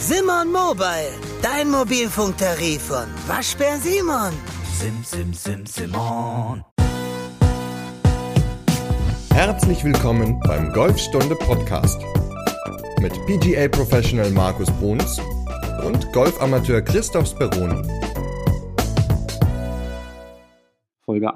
Simon Mobile, dein Mobilfunktarif von Waschbär Simon. Simon. Herzlich willkommen beim Golfstunde Podcast mit PGA Professional Markus Bruns und Golfamateur Christoph Speroni. Folge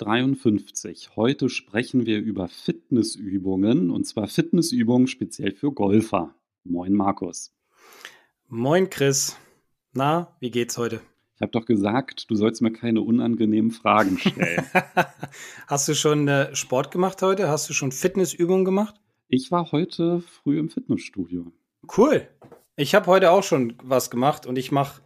153. Heute sprechen wir über Fitnessübungen, und zwar Fitnessübungen speziell für Golfer. Moin Markus. Moin Chris. Na, wie geht's heute? Ich habe doch gesagt, du sollst mir keine unangenehmen Fragen stellen. Hast du schon Sport gemacht heute? Hast du schon Fitnessübungen gemacht? Ich war heute früh im Fitnessstudio. Cool. Ich habe heute auch schon was gemacht und ich mache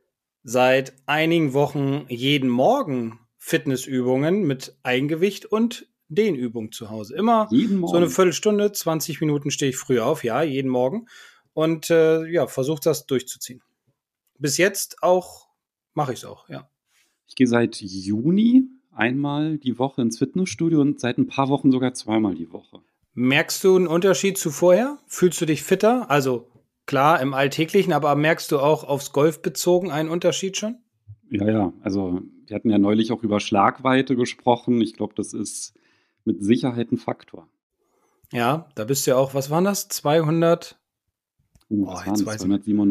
seit einigen Wochen jeden Morgen Fitnessübungen mit Eigengewicht und Dehnübungen zu Hause. Immer so eine Viertelstunde, 20 Minuten stehe ich früh auf, ja, jeden Morgen. Und versuche das durchzuziehen. Bis jetzt auch mache ich es auch, ja. Ich gehe seit Juni einmal die Woche ins Fitnessstudio und seit ein paar Wochen sogar zweimal die Woche. Merkst du einen Unterschied zu vorher? Fühlst du dich fitter? Also klar, im Alltäglichen, aber merkst du auch aufs Golf bezogen einen Unterschied schon? Ja, also wir hatten ja neulich auch über Schlagweite gesprochen. Ich glaube, das ist mit Sicherheit ein Faktor. Ja, da bist du ja auch, was waren das? 200? Was waren das?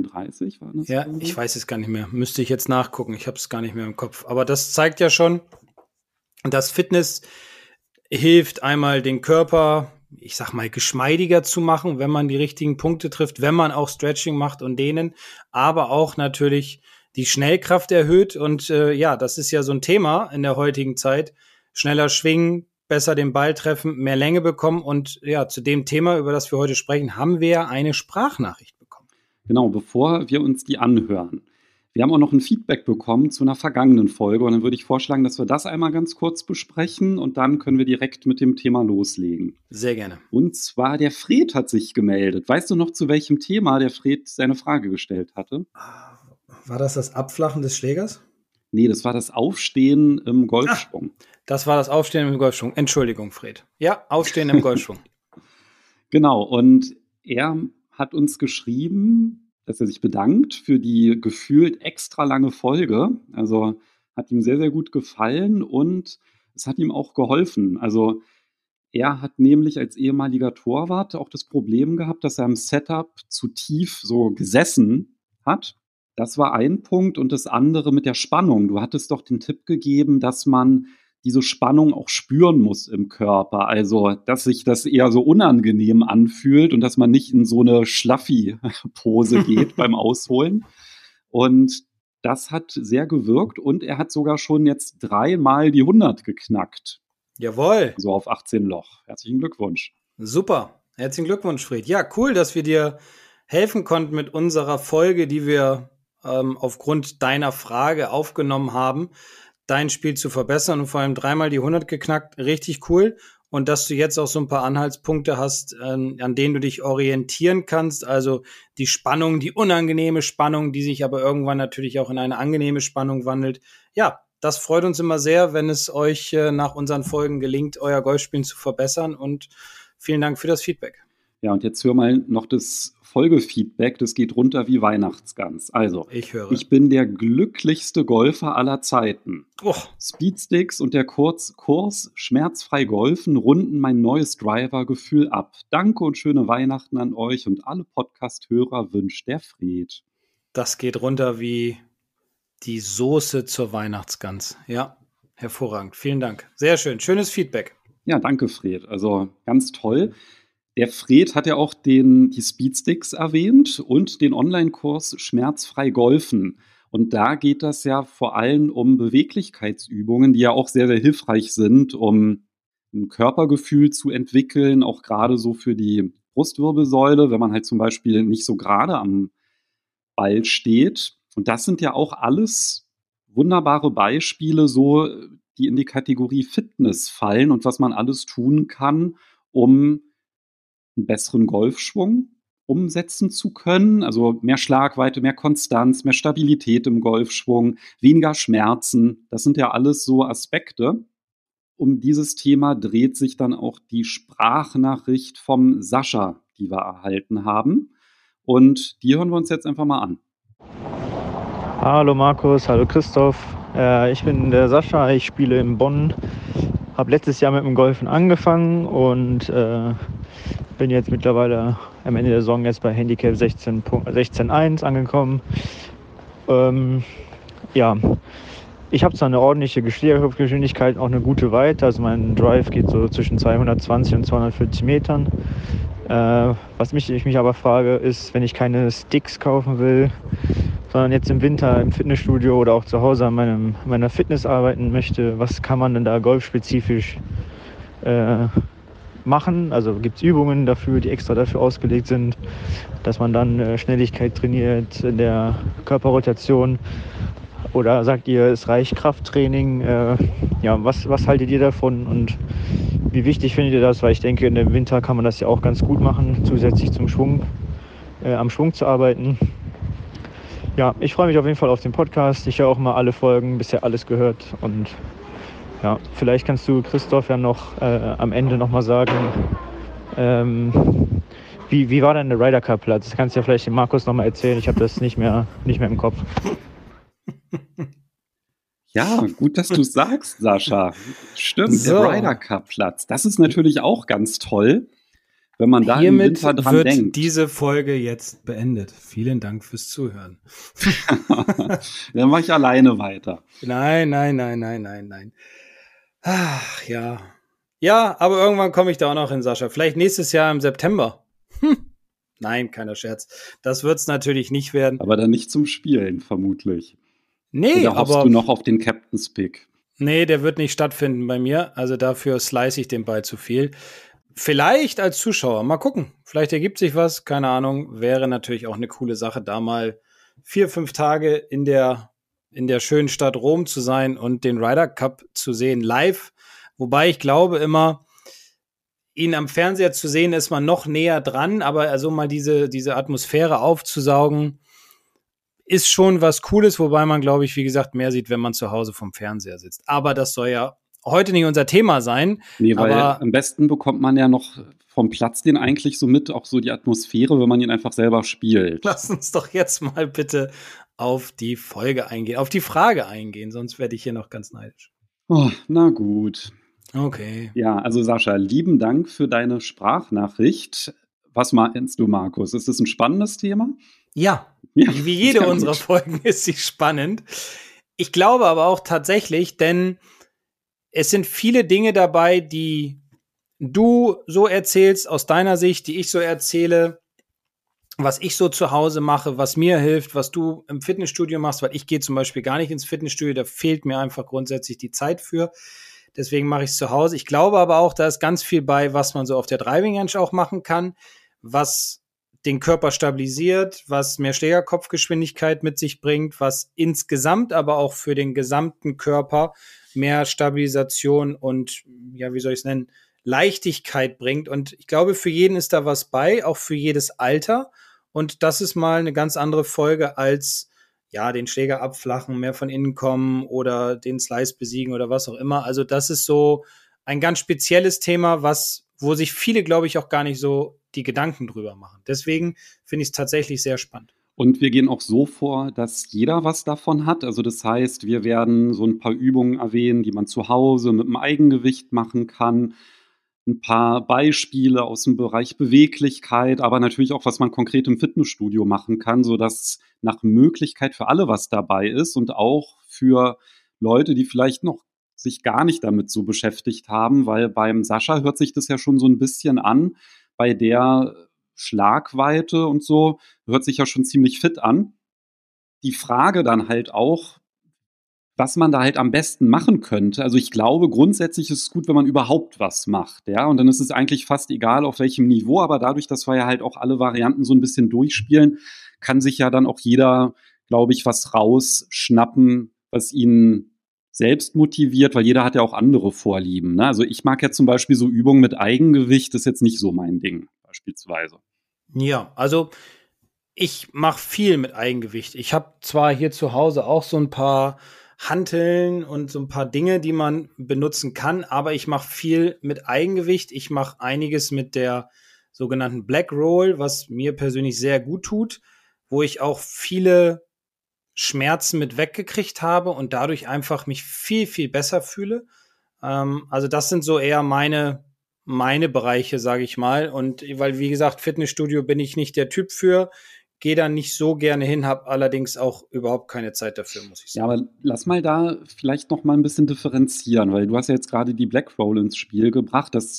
237 waren das? Ja, ich weiß es gar nicht mehr. Müsste ich jetzt nachgucken. Ich habe es gar nicht mehr im Kopf. Aber das zeigt ja schon, dass Fitness hilft, einmal den Körper, ich sag mal, geschmeidiger zu machen, wenn man die richtigen Punkte trifft, wenn man auch Stretching macht und dehnen, aber auch natürlich die Schnellkraft erhöht. Und das ist ja so ein Thema in der heutigen Zeit. Schneller schwingen, besser den Ball treffen, mehr Länge bekommen. Und ja, zu dem Thema, über das wir heute sprechen, haben wir ja eine Sprachnachricht bekommen. Genau, bevor wir uns die anhören. Wir haben auch noch ein Feedback bekommen zu einer vergangenen Folge. Und dann würde ich vorschlagen, dass wir das einmal ganz kurz besprechen und dann können wir direkt mit dem Thema loslegen. Sehr gerne. Und zwar der Fred hat sich gemeldet. Weißt du noch, zu welchem Thema der Fred seine Frage gestellt hatte? War das Abflachen des Schlägers? Nee, das war das Aufstehen im Golfschwung. Das war das Aufstehen im Golfschwung. Entschuldigung, Fred. Ja, Aufstehen im Golfschwung. Genau, und er hat uns geschrieben, dass er sich bedankt für die gefühlt extra lange Folge. Also hat ihm sehr, sehr gut gefallen und es hat ihm auch geholfen. Also er hat nämlich als ehemaliger Torwart auch das Problem gehabt, dass er im Setup zu tief so gesessen hat. Das war ein Punkt und das andere mit der Spannung. Du hattest doch den Tipp gegeben, dass man diese Spannung auch spüren muss im Körper. Also, dass sich das eher so unangenehm anfühlt und dass man nicht in so eine Schlaffi-Pose geht beim Ausholen. Und das hat sehr gewirkt und er hat sogar schon jetzt 3-mal die 100 geknackt. Jawohl. So auf 18 Loch. Herzlichen Glückwunsch. Super. Herzlichen Glückwunsch, Fred. Ja, cool, dass wir dir helfen konnten mit unserer Folge, die wir aufgrund deiner Frage aufgenommen haben, dein Spiel zu verbessern und vor allem 3-mal die 100 geknackt. Richtig cool. Und dass du jetzt auch so ein paar Anhaltspunkte hast, an denen du dich orientieren kannst. Also die Spannung, die unangenehme Spannung, die sich aber irgendwann natürlich auch in eine angenehme Spannung wandelt. Ja, das freut uns immer sehr, wenn es euch nach unseren Folgen gelingt, euer Golfspielen zu verbessern. Und vielen Dank für das Feedback. Ja, und jetzt hör mal noch das Folgefeedback, das geht runter wie Weihnachtsgans. Also, ich bin der glücklichste Golfer aller Zeiten. Oh. Speedsticks und der Kurs schmerzfrei golfen runden mein neues Driver-Gefühl ab. Danke und schöne Weihnachten an euch und alle Podcast-Hörer wünscht der Fred. Das geht runter wie die Soße zur Weihnachtsgans. Ja, hervorragend. Vielen Dank. Sehr schön. Schönes Feedback. Ja, danke, Fred. Also ganz toll. Der Fred hat ja auch die Speedsticks erwähnt und den Online-Kurs Schmerzfrei Golfen. Und da geht das ja vor allem um Beweglichkeitsübungen, die ja auch sehr, sehr hilfreich sind, um ein Körpergefühl zu entwickeln, auch gerade so für die Brustwirbelsäule, wenn man halt zum Beispiel nicht so gerade am Ball steht. Und das sind ja auch alles wunderbare Beispiele, so die in die Kategorie Fitness fallen und was man alles tun kann, um einen besseren Golfschwung umsetzen zu können. Also mehr Schlagweite, mehr Konstanz, mehr Stabilität im Golfschwung, weniger Schmerzen. Das sind ja alles so Aspekte. Um dieses Thema dreht sich dann auch die Sprachnachricht vom Sascha, die wir erhalten haben. Und die hören wir uns jetzt einfach mal an. Hallo Markus, hallo Christoph. Ich bin der Sascha, ich spiele in Bonn. Habe letztes Jahr mit dem Golfen angefangen und bin jetzt mittlerweile am Ende der Saison jetzt bei Handicap 16.1 angekommen. Ja, ich habe zwar eine ordentliche Schlägerkopfgeschwindigkeit, auch eine gute Weite. Also mein Drive geht so zwischen 220 und 240 Metern. Was ich mich aber frage, ist, wenn ich keine Sticks kaufen will, sondern jetzt im Winter im Fitnessstudio oder auch zu Hause an meiner Fitness arbeiten möchte, was kann man denn da golfspezifisch machen? Also gibt es Übungen dafür, die extra dafür ausgelegt sind, dass man dann Schnelligkeit trainiert in der Körperrotation? Oder sagt ihr, es reicht Krafttraining? Ja, was haltet ihr davon und wie wichtig findet ihr das? Weil ich denke, in dem Winter kann man das ja auch ganz gut machen, zusätzlich zum Schwung, am Schwung zu arbeiten. Ja, ich freue mich auf jeden Fall auf den Podcast. Ich höre auch mal alle Folgen, bisher alles gehört. Und ja, vielleicht kannst du, Christoph, ja noch am Ende nochmal sagen, wie war denn der Ryder Cup Platz? Das kannst du ja vielleicht dem Markus nochmal erzählen. Ich habe das nicht mehr im Kopf. Ja, gut, dass du es sagst, Sascha. Stimmt, So. der Ryder Cup Platz. Das ist natürlich auch ganz toll, wenn man da im Hiermit Winter dran wird denkt. diese Folge jetzt beendet. Vielen Dank fürs Zuhören. Dann mache ich alleine weiter. Nein. Ach, ja. Ja, aber irgendwann komme ich da auch noch hin, Sascha. Vielleicht nächstes Jahr im September. Nein, keiner Scherz. Das wird's natürlich nicht werden. Aber dann nicht zum Spielen, vermutlich. Nee, Oder hoffst aber du noch auf den Captain's Pick? nee, der wird nicht stattfinden bei mir. Also dafür slice ich den Ball zu viel. Vielleicht als Zuschauer. Mal gucken. Vielleicht ergibt sich was. Keine Ahnung. Wäre natürlich auch eine coole Sache, da mal 4-5 Tage in der schönen Stadt Rom zu sein und den Ryder Cup zu sehen live. Wobei ich glaube immer, ihn am Fernseher zu sehen, ist man noch näher dran. Aber also mal diese Atmosphäre aufzusaugen, ist schon was Cooles, wobei man, glaube ich, wie gesagt, mehr sieht, wenn man zu Hause vom Fernseher sitzt. Aber das soll ja heute nicht unser Thema sein. Nee, weil aber am besten bekommt man ja noch vom Platz den eigentlich so mit, auch so die Atmosphäre, wenn man ihn einfach selber spielt. lass uns doch jetzt mal bitte auf die Folge eingehen, auf die Frage eingehen, sonst werde ich hier noch ganz neidisch. Oh, na gut. Okay. Ja, also Sascha, lieben Dank für deine Sprachnachricht. Was meinst du, Markus? Ist das ein spannendes Thema? Ja, Ja, wie jede sehr unserer gut. Folgen ist sie spannend. Ich glaube aber auch tatsächlich, denn es sind viele Dinge dabei, die du so erzählst aus deiner Sicht, die ich so erzähle, was ich so zu Hause mache, was mir hilft, was du im Fitnessstudio machst, weil ich gehe zum Beispiel gar nicht ins Fitnessstudio, da fehlt mir einfach grundsätzlich die Zeit für. Deswegen mache ich es zu Hause. Ich glaube aber auch, da ist ganz viel bei, was man so auf der Driving Range auch machen kann, was den Körper stabilisiert, was mehr Schlägerkopfgeschwindigkeit mit sich bringt, was insgesamt aber auch für den gesamten Körper mehr Stabilisation und, ja, wie soll ich es nennen, Leichtigkeit bringt. Und ich glaube, für jeden ist da was bei, auch für jedes Alter. Und das ist mal eine ganz andere Folge als, ja, den Schläger abflachen, mehr von innen kommen oder den Slice besiegen oder was auch immer. Also das ist so ein ganz spezielles Thema, wo sich viele, glaube ich, auch gar nicht so die Gedanken drüber machen. Deswegen finde ich es tatsächlich sehr spannend. Und wir gehen auch so vor, dass jeder was davon hat. Also das heißt, wir werden so ein paar Übungen erwähnen, die man zu Hause mit dem Eigengewicht machen kann. Ein paar Beispiele aus dem Bereich Beweglichkeit, aber natürlich auch, was man konkret im Fitnessstudio machen kann, sodass nach Möglichkeit für alle was dabei ist und auch für Leute, die vielleicht noch sich gar nicht damit so beschäftigt haben, weil beim Sascha hört sich das ja schon so ein bisschen an, bei der Schlagweite und so, hört sich ja schon ziemlich fit an. Die Frage dann halt auch, was man da halt am besten machen könnte. Also ich glaube, grundsätzlich ist es gut, wenn man überhaupt was macht, ja. Und dann ist es eigentlich fast egal, auf welchem Niveau, aber dadurch, dass wir ja halt auch alle Varianten so ein bisschen durchspielen, kann sich ja dann auch jeder, glaube ich, was rausschnappen, was ihn selbst motiviert, weil jeder hat ja auch andere Vorlieben, ne? Also ich mag ja zum Beispiel so Übungen mit Eigengewicht, das ist jetzt nicht so mein Ding, beispielsweise. Ja, also ich mache viel mit Eigengewicht. Ich habe zwar hier zu Hause auch so ein paar Hanteln und so ein paar Dinge, die man benutzen kann, aber ich mache viel mit Eigengewicht. Ich mache einiges mit der sogenannten Black Roll, was mir persönlich sehr gut tut, wo ich auch viele Schmerzen mit weggekriegt habe und dadurch einfach mich viel, viel besser fühle. Also das sind so eher meine Bereiche, sage ich mal. Und weil, wie gesagt, Fitnessstudio bin ich nicht der Typ für, gehe da nicht so gerne hin, habe allerdings auch überhaupt keine Zeit dafür, muss ich Ja, sagen. aber lass mal da vielleicht noch mal ein bisschen differenzieren, weil du hast ja jetzt gerade die Black Roll ins Spiel gebracht. Da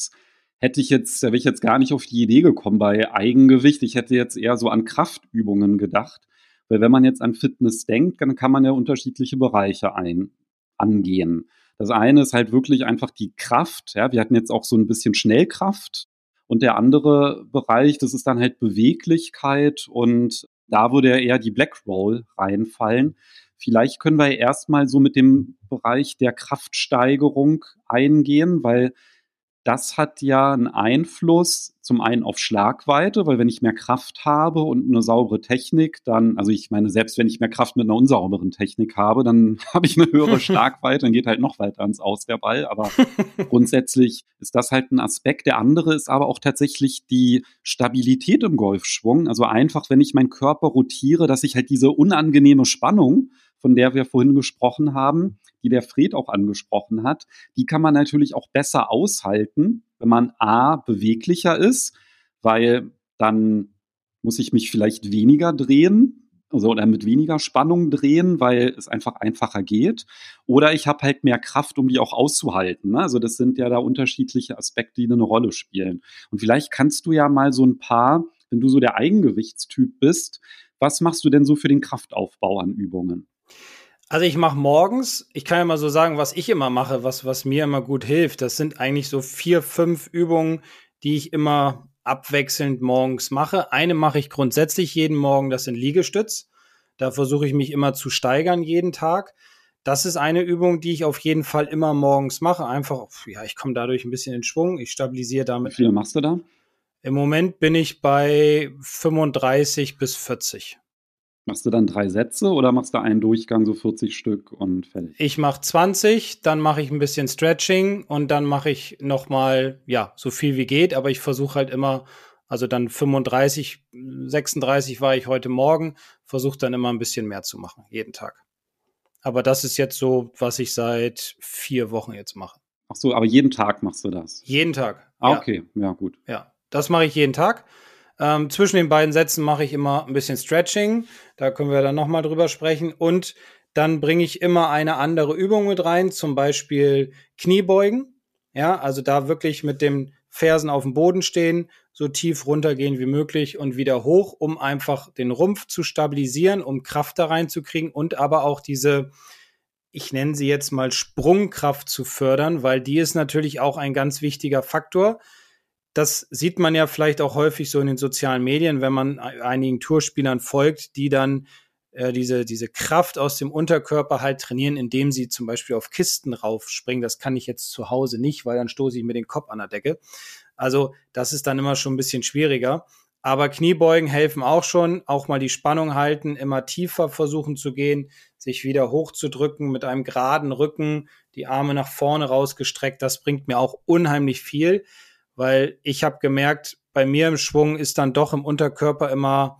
wäre ich jetzt gar nicht auf die Idee gekommen bei Eigengewicht. Ich hätte jetzt eher so an Kraftübungen gedacht. Weil wenn man jetzt an Fitness denkt, dann kann man ja unterschiedliche Bereiche angehen. Das eine ist halt wirklich einfach die Kraft. Ja, wir hatten jetzt auch so ein bisschen Schnellkraft. Und der andere Bereich, das ist dann halt Beweglichkeit. Und da würde ja eher die Black Roll reinfallen. Vielleicht können wir erstmal so mit dem Bereich der Kraftsteigerung eingehen, weil das hat ja einen Einfluss zum einen auf Schlagweite, weil wenn ich mehr Kraft habe und eine saubere Technik, dann, also ich meine, selbst wenn ich mehr Kraft mit einer unsauberen Technik habe, dann habe ich eine höhere Schlagweite, dann geht halt noch weiter ans Aus der Ball. Aber grundsätzlich ist das halt ein Aspekt. Der andere ist aber auch tatsächlich die Stabilität im Golfschwung. Also einfach, wenn ich meinen Körper rotiere, dass ich halt diese unangenehme Spannung, von der wir vorhin gesprochen haben, die der Fred auch angesprochen hat, die kann man natürlich auch besser aushalten, wenn man A, beweglicher ist, weil dann muss ich mich vielleicht weniger drehen, also oder mit weniger Spannung drehen, weil es einfach einfacher geht. Oder ich habe halt mehr Kraft, um die auch auszuhalten. Ne? Also das sind ja da unterschiedliche Aspekte, die eine Rolle spielen. Und vielleicht kannst du ja mal so ein paar, wenn du so der Eigengewichtstyp bist, was machst du denn so für den Kraftaufbau an Übungen? Also ich mache morgens, ich kann ja mal so sagen, was ich immer mache, was mir immer gut hilft. Das sind eigentlich so 4, 5 Übungen, die ich immer abwechselnd morgens mache. Eine mache ich grundsätzlich jeden Morgen, das sind Liegestütz. Da versuche ich mich immer zu steigern jeden Tag. Das ist eine Übung, die ich auf jeden Fall immer morgens mache. Einfach, ja, ich komme dadurch ein bisschen in Schwung. Ich stabilisiere damit. Wie viele machst du da? Im Moment bin ich bei 35 bis 40. Machst du dann 3 Sätze oder machst du einen Durchgang, so 40 Stück und fertig? Ich mache 20, dann mache ich ein bisschen Stretching und dann mache ich nochmal, ja, so viel wie geht, aber ich versuche halt immer, also dann 35, 36 war ich heute Morgen, versuche dann immer ein bisschen mehr zu machen, jeden Tag. Aber das ist jetzt so, was ich seit 4 Wochen jetzt mache. Ach so, aber jeden Tag machst du das? Jeden Tag. Ah, ja. okay, ja gut. Ja, das mache ich jeden Tag. Zwischen den beiden Sätzen mache ich immer ein bisschen Stretching. Da können wir dann nochmal drüber sprechen. Und dann bringe ich immer eine andere Übung mit rein, zum Beispiel Kniebeugen. Ja, also da wirklich mit den Fersen auf dem Boden stehen, so tief runtergehen wie möglich und wieder hoch, um einfach den Rumpf zu stabilisieren, um Kraft da reinzukriegen und aber auch diese, ich nenne sie jetzt mal Sprungkraft zu fördern, weil die ist natürlich auch ein ganz wichtiger Faktor. Das sieht man ja vielleicht auch häufig so in den sozialen Medien, wenn man einigen Tourspielern folgt, die dann diese Kraft aus dem Unterkörper halt trainieren, indem sie zum Beispiel auf Kisten raufspringen. Das kann ich jetzt zu Hause nicht, weil dann stoße ich mir den Kopf an der Decke. Also das ist dann immer schon ein bisschen schwieriger. Aber Kniebeugen helfen auch schon, auch mal die Spannung halten, immer tiefer versuchen zu gehen, sich wieder hochzudrücken mit einem geraden Rücken, die Arme nach vorne rausgestreckt. Das bringt mir auch unheimlich viel. Weil ich habe gemerkt, bei mir im Schwung ist dann doch im Unterkörper immer,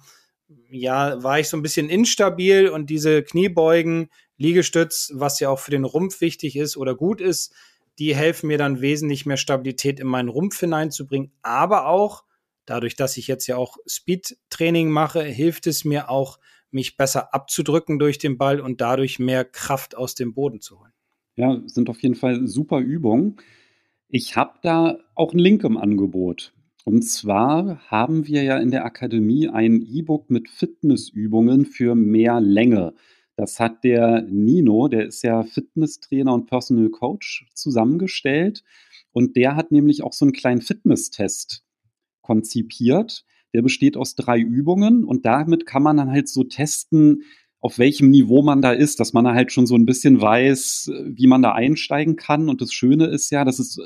ja, war ich so ein bisschen instabil und diese Kniebeugen, Liegestütz, was ja auch für den Rumpf wichtig ist oder gut ist, die helfen mir dann wesentlich mehr Stabilität in meinen Rumpf hineinzubringen. Aber auch, dadurch, dass ich jetzt ja auch Speed-Training mache, hilft es mir auch, mich besser abzudrücken durch den Ball und dadurch mehr Kraft aus dem Boden zu holen. Ja, sind auf jeden Fall super Übungen. Ich habe da auch einen Link im Angebot. Und zwar haben wir ja in der Akademie ein E-Book mit Fitnessübungen für mehr Länge. Das hat der Nino, der ist ja Fitnesstrainer und Personal Coach, zusammengestellt. Und der hat nämlich auch so einen kleinen Fitnesstest konzipiert. Der besteht aus 3 Übungen und damit kann man dann halt so testen, auf welchem Niveau man da ist, dass man da halt schon so ein bisschen weiß, wie man da einsteigen kann. Und das Schöne ist ja, dass es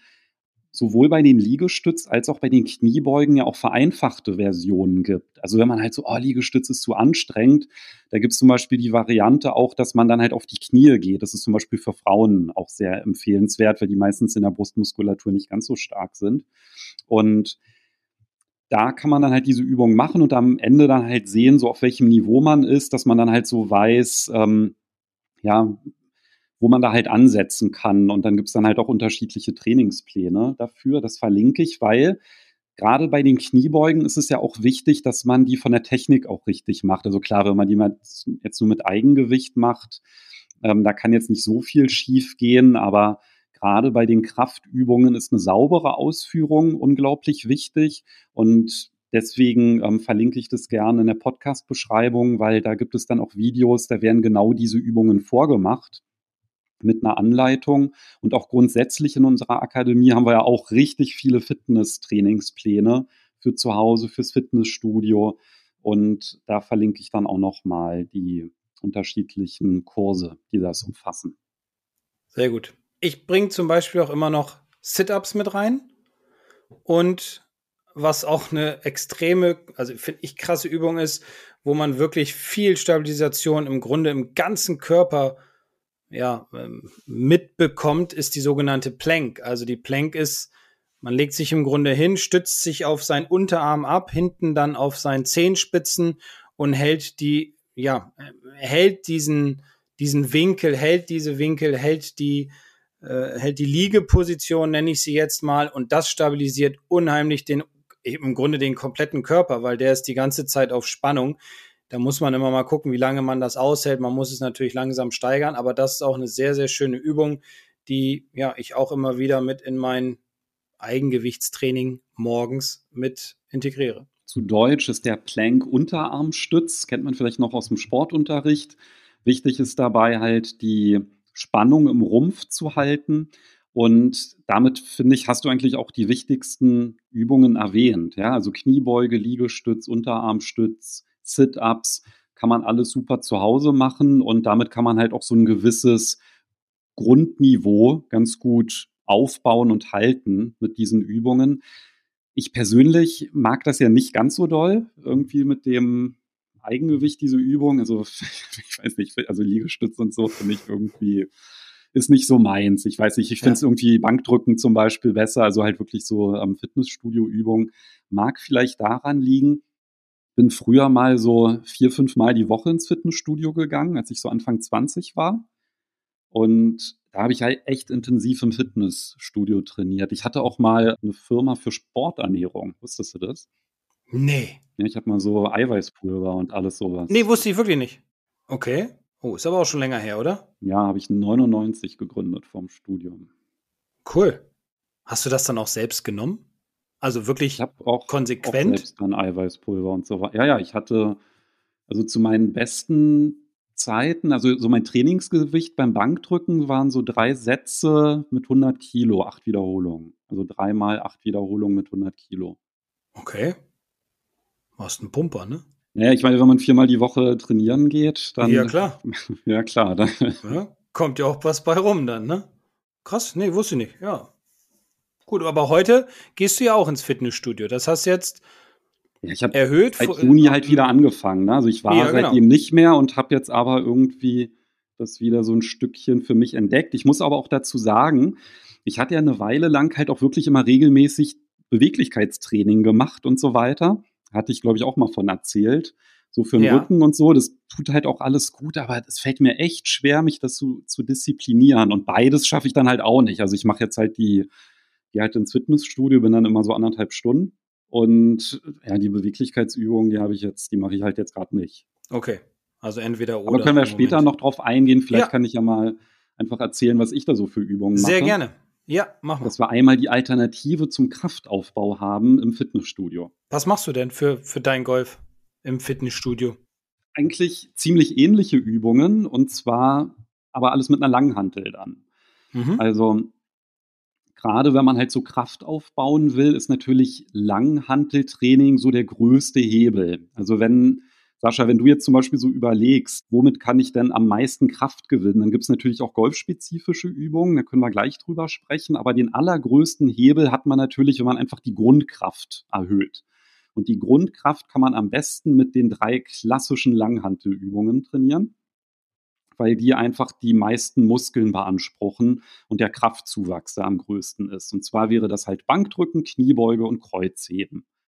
sowohl bei den Liegestütz als auch bei den Kniebeugen ja auch vereinfachte Versionen gibt. Also wenn man halt so, Liegestütz ist zu anstrengend, da gibt es zum Beispiel die Variante auch, dass man dann halt auf die Knie geht. Das ist zum Beispiel für Frauen auch sehr empfehlenswert, weil die meistens in der Brustmuskulatur nicht ganz so stark sind. Und da kann man dann halt diese Übung machen und am Ende dann halt sehen, so auf welchem Niveau man ist, dass man dann halt so weiß, ja, wo man da halt ansetzen kann. Und dann gibt es dann halt auch unterschiedliche Trainingspläne dafür. Das verlinke ich, weil gerade bei den Kniebeugen ist es ja auch wichtig, dass man die von der Technik auch richtig macht. Also klar, wenn man die jetzt nur mit Eigengewicht macht, da kann jetzt nicht so viel schief gehen, aber gerade bei den Kraftübungen ist eine saubere Ausführung unglaublich wichtig und deswegen verlinke ich das gerne in der Podcast-Beschreibung, weil da gibt es dann auch Videos, da werden genau diese Übungen vorgemacht mit einer Anleitung. Und auch grundsätzlich in unserer Akademie haben wir ja auch richtig viele Fitness-Trainingspläne für zu Hause, fürs Fitnessstudio. Und da verlinke ich dann auch nochmal die unterschiedlichen Kurse, die das umfassen. Sehr gut. Ich bringe zum Beispiel auch immer noch Sit-Ups mit rein. Und was auch eine extreme, also finde ich krasse Übung ist, wo man wirklich viel Stabilisation im Grunde im ganzen Körper mitbekommt, ist die sogenannte Plank. Also die Plank ist, man legt sich im Grunde hin, stützt sich auf seinen Unterarm ab, hinten dann auf seinen Zehenspitzen und hält hält diesen Winkel, hält diese Winkel, hält die Liegeposition, nenne ich sie jetzt mal, und das stabilisiert unheimlich im Grunde den kompletten Körper, weil der ist die ganze Zeit auf Spannung. Da muss man immer mal gucken, wie lange man das aushält. Man muss es natürlich langsam steigern, aber das ist auch eine sehr, sehr schöne Übung, die ich auch immer wieder mit in mein Eigengewichtstraining morgens mit integriere. Zu Deutsch ist der Plank-Unterarmstütz, kennt man vielleicht noch aus dem Sportunterricht. Wichtig ist dabei halt die Spannung im Rumpf zu halten. Und damit, finde ich, hast du eigentlich auch die wichtigsten Übungen erwähnt. Ja? Also Kniebeuge, Liegestütz, Unterarmstütz, Sit-Ups, kann man alles super zu Hause machen. Und damit kann man halt auch so ein gewisses Grundniveau ganz gut aufbauen und halten mit diesen Übungen. Ich persönlich mag das ja nicht ganz so doll, irgendwie mit dem Eigengewicht, diese Übung. Also ich weiß nicht, also Liegestütz und so finde ich irgendwie, ist nicht so meins. Ich weiß nicht, ich finde es irgendwie Bankdrücken zum Beispiel besser, also halt wirklich so Fitnessstudio-Übung. Mag vielleicht daran liegen. Bin früher mal so 4-5 Mal die Woche ins Fitnessstudio gegangen, als ich so Anfang 20 war. Und da habe ich halt echt intensiv im Fitnessstudio trainiert. Ich hatte auch mal eine Firma für Sporternährung. Wusstest du das? Nee. Ja, ich habe mal so Eiweißpulver und alles sowas. Nee, wusste ich wirklich nicht. Okay. Oh, ist aber auch schon länger her, oder? Ja, habe ich 99 gegründet vorm Studium. Cool. Hast du das dann auch selbst genommen? Also wirklich Ich habe auch konsequent? selbst dann Eiweißpulver und so weiter. Ja, ich hatte, also zu meinen besten Zeiten, also so mein Trainingsgewicht beim Bankdrücken waren so 3 Sätze mit 100 Kilo, 8 Wiederholungen. Also 3 mal 8 Wiederholungen mit 100 Kilo. Okay. Warst ein Pumper, ne? Naja, ich meine, wenn man 4-mal die Woche trainieren geht, dann... Ja, klar. Ja, klar. Dann, Ja, kommt ja auch was bei rum dann, ne? Krass, nee, wusste ich nicht, ja. Gut, aber heute gehst du ja auch ins Fitnessstudio. Das hast jetzt ich habe erhöht. seit Juni halt wieder angefangen. Ne? Also ich war seitdem nicht mehr und habe jetzt aber irgendwie das wieder so ein Stückchen für mich entdeckt. Ich muss aber auch dazu sagen, ich hatte ja eine Weile lang halt auch wirklich immer regelmäßig Beweglichkeitstraining gemacht und so weiter. Hatte ich, glaube ich, auch mal von erzählt. So für den Rücken und so. Das tut halt auch alles gut, aber es fällt mir echt schwer, mich das zu disziplinieren. Und beides schaffe ich dann halt auch nicht. Also ich mache jetzt halt die halt ins Fitnessstudio, bin dann immer so 1,5 Stunden. Und ja, die Beweglichkeitsübungen, die mache ich halt jetzt gerade nicht. Okay, also entweder oder. Aber können wir später noch drauf eingehen. Vielleicht kann ich ja mal einfach erzählen, was ich da so für Übungen mache. Sehr gerne. Ja, mach mal. Dass wir einmal die Alternative zum Kraftaufbau haben im Fitnessstudio. Was machst du denn für dein Golf im Fitnessstudio? Eigentlich ziemlich ähnliche Übungen und zwar aber alles mit einer Langhantel dann. Mhm. Also gerade wenn man halt so Kraft aufbauen will, ist natürlich Langhanteltraining so der größte Hebel. Also Sascha, wenn du jetzt zum Beispiel so überlegst, womit kann ich denn am meisten Kraft gewinnen, dann gibt es natürlich auch golfspezifische Übungen, da können wir gleich drüber sprechen, aber den allergrößten Hebel hat man natürlich, wenn man einfach die Grundkraft erhöht. Und die Grundkraft kann man am besten mit den 3 klassischen Langhantelübungen trainieren, weil die einfach die meisten Muskeln beanspruchen und der Kraftzuwachs da am größten ist. Und zwar wäre das halt Bankdrücken, Kniebeuge und Kreuzheben.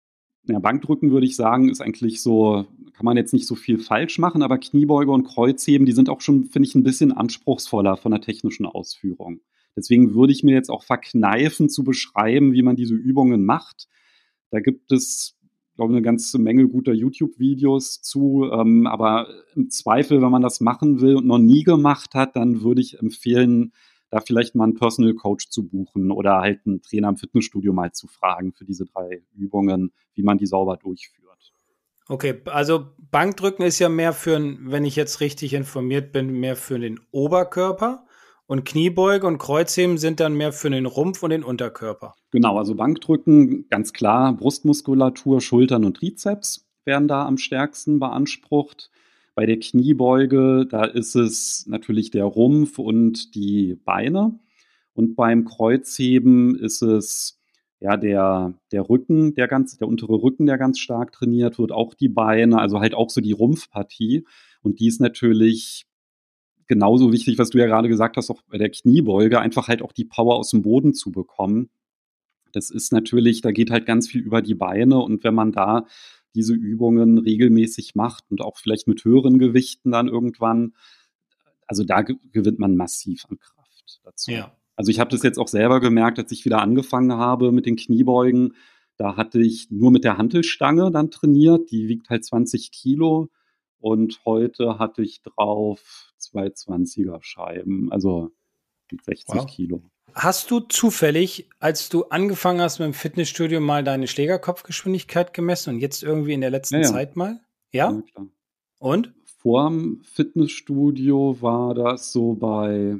Bankdrücken würde ich sagen, ist eigentlich so, kann man jetzt nicht so viel falsch machen, aber Kniebeuge und Kreuzheben, die sind auch schon, finde ich, ein bisschen anspruchsvoller von der technischen Ausführung. Deswegen würde ich mir jetzt auch verkneifen zu beschreiben, wie man diese Übungen macht. Da gibt es, glaube ich, eine ganze Menge guter YouTube-Videos zu, aber im Zweifel, wenn man das machen will und noch nie gemacht hat, dann würde ich empfehlen, da vielleicht mal einen Personal Coach zu buchen oder halt einen Trainer im Fitnessstudio mal zu fragen für diese 3 Übungen, wie man die sauber durchführt. Okay, also Bankdrücken ist ja mehr wenn ich jetzt richtig informiert bin, mehr für den Oberkörper und Kniebeuge und Kreuzheben sind dann mehr für den Rumpf und den Unterkörper. Genau, also Bankdrücken, ganz klar, Brustmuskulatur, Schultern und Trizeps werden da am stärksten beansprucht. Bei der Kniebeuge, da ist es natürlich der Rumpf und die Beine. Und beim Kreuzheben ist es ja der Rücken, der untere Rücken, der ganz stark trainiert wird, auch die Beine, also halt auch so die Rumpfpartie. Und die ist natürlich genauso wichtig, was du ja gerade gesagt hast, auch bei der Kniebeuge, einfach halt auch die Power aus dem Boden zu bekommen. Das ist natürlich, da geht halt ganz viel über die Beine und wenn man da diese Übungen regelmäßig macht und auch vielleicht mit höheren Gewichten dann irgendwann, also da gewinnt man massiv an Kraft dazu. Ja. Also ich habe das jetzt auch selber gemerkt, als ich wieder angefangen habe mit den Kniebeugen, da hatte ich nur mit der Hantelstange dann trainiert, die wiegt halt 20 Kilo und heute hatte ich drauf 2 20er Scheiben, also mit 60 Kilo. Hast du zufällig, als du angefangen hast mit dem Fitnessstudio, mal deine Schlägerkopfgeschwindigkeit gemessen und jetzt irgendwie in der letzten Zeit mal? Ja? Ja, klar. Und? Vorm Fitnessstudio war das so bei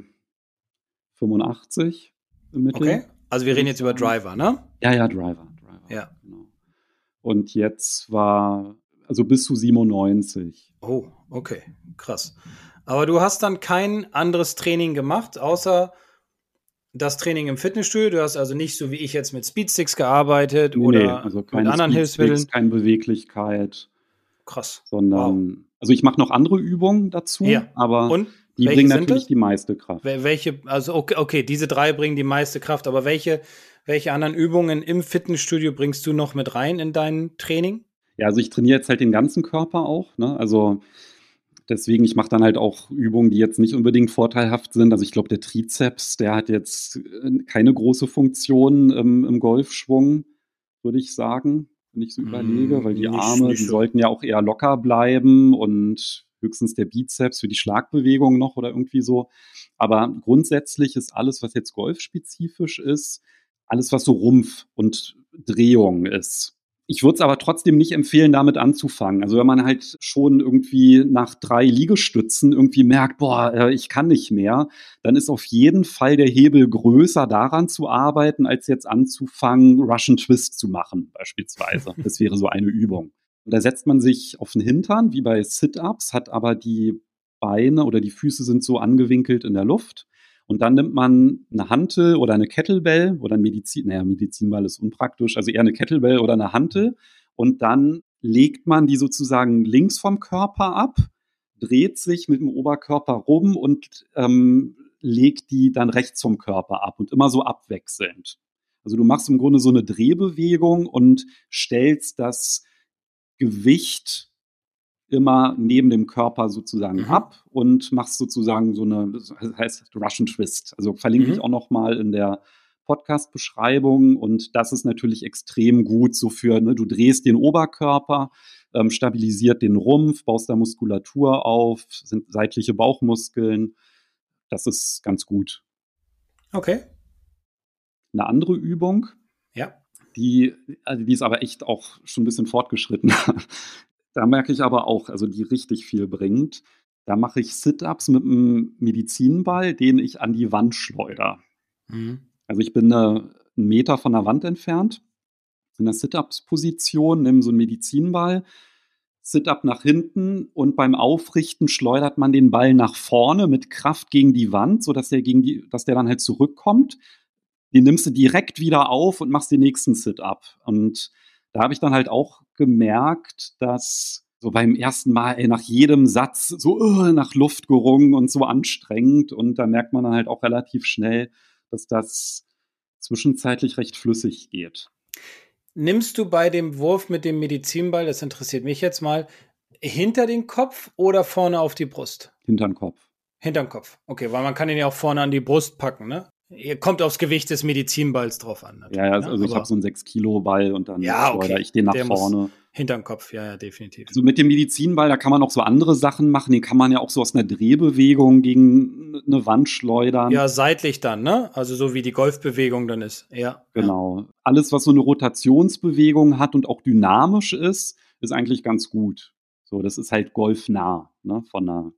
85 im Mittel. Okay, also wir reden jetzt über Driver, ne? Ja, Driver. Ja. Genau. Und jetzt war, also bis zu 97. Oh, okay, krass. Aber du hast dann kein anderes Training gemacht, außer das Training im Fitnessstudio. Du hast also nicht so wie ich jetzt mit Speedsticks gearbeitet oder also mit anderen Hilfsmitteln. Keine Beweglichkeit. Krass. Sondern, also ich mache noch andere Übungen dazu, aber und die bringen natürlich die meiste Kraft. Welche, also okay, diese 3 bringen die meiste Kraft, aber welche anderen Übungen im Fitnessstudio bringst du noch mit rein in dein Training? Ja, also ich trainiere jetzt halt den ganzen Körper auch, ne? Also deswegen, ich mache dann halt auch Übungen, die jetzt nicht unbedingt vorteilhaft sind. Also ich glaube, der Trizeps, der hat jetzt keine große Funktion im Golfschwung, würde ich sagen, wenn ich so überlege, weil die Arme, die sollten ja auch eher locker bleiben und höchstens der Bizeps für die Schlagbewegung noch oder irgendwie so. Aber grundsätzlich ist alles, was jetzt golfspezifisch ist, alles, was so Rumpf und Drehung ist. Ich würde es aber trotzdem nicht empfehlen, damit anzufangen. Also wenn man halt schon irgendwie nach 3 Liegestützen irgendwie merkt, boah, ich kann nicht mehr, dann ist auf jeden Fall der Hebel größer, daran zu arbeiten, als jetzt anzufangen, Russian Twist zu machen beispielsweise. Das wäre so eine Übung. Und da setzt man sich auf den Hintern, wie bei Sit-Ups, hat aber die Beine oder die Füße sind so angewinkelt in der Luft. Und dann nimmt man eine Hantel oder eine Kettlebell oder ein Medizinball ist unpraktisch, also eher eine Kettlebell oder eine Hantel. Und dann legt man die sozusagen links vom Körper ab, dreht sich mit dem Oberkörper rum und legt die dann rechts vom Körper ab und immer so abwechselnd. Also du machst im Grunde so eine Drehbewegung und stellst das Gewicht immer neben dem Körper sozusagen ab und machst sozusagen so eine, das heißt Russian Twist. Also verlinke ich auch noch mal in der Podcast-Beschreibung und das ist natürlich extrem gut so für, ne, du drehst den Oberkörper, stabilisiert den Rumpf, baust da Muskulatur auf, sind seitliche Bauchmuskeln. Das ist ganz gut. Okay. Eine andere Übung, die ist aber echt auch schon ein bisschen fortgeschritten. Da merke ich aber auch, also die richtig viel bringt. Da mache ich Sit-Ups mit einem Medizinball, den ich an die Wand schleudere. Also ich bin einen Meter von der Wand entfernt, in der Sit-Ups-Position, nehme so einen Medizinball, Sit-Up nach hinten und beim Aufrichten schleudert man den Ball nach vorne mit Kraft gegen die Wand, sodass der dann halt zurückkommt. Den nimmst du direkt wieder auf und machst den nächsten Sit-Up. Und da habe ich dann halt auch gemerkt, dass so beim ersten Mal nach jedem Satz so nach Luft gerungen und so anstrengend. Und da merkt man dann halt auch relativ schnell, dass das zwischenzeitlich recht flüssig geht. Nimmst du bei dem Wurf mit dem Medizinball, das interessiert mich jetzt mal, hinter den Kopf oder vorne auf die Brust? Hintern Kopf. Hinterm Kopf. Okay, weil man kann ihn ja auch vorne an die Brust packen, ne? Kommt aufs Gewicht des Medizinballs drauf an. Ja, also ich habe so einen 6-Kilo-Ball und dann schleudere ich den nach vorne. Hinterm Kopf, ja, definitiv. Also mit dem Medizinball, da kann man auch so andere Sachen machen. Den kann man ja auch so aus einer Drehbewegung gegen eine Wand schleudern. Ja, seitlich dann, ne? Also so wie die Golfbewegung dann ist. Ja. Genau. Ja. Alles, was so eine Rotationsbewegung hat und auch dynamisch ist eigentlich ganz gut. So, das ist halt golfnah, ne? Vom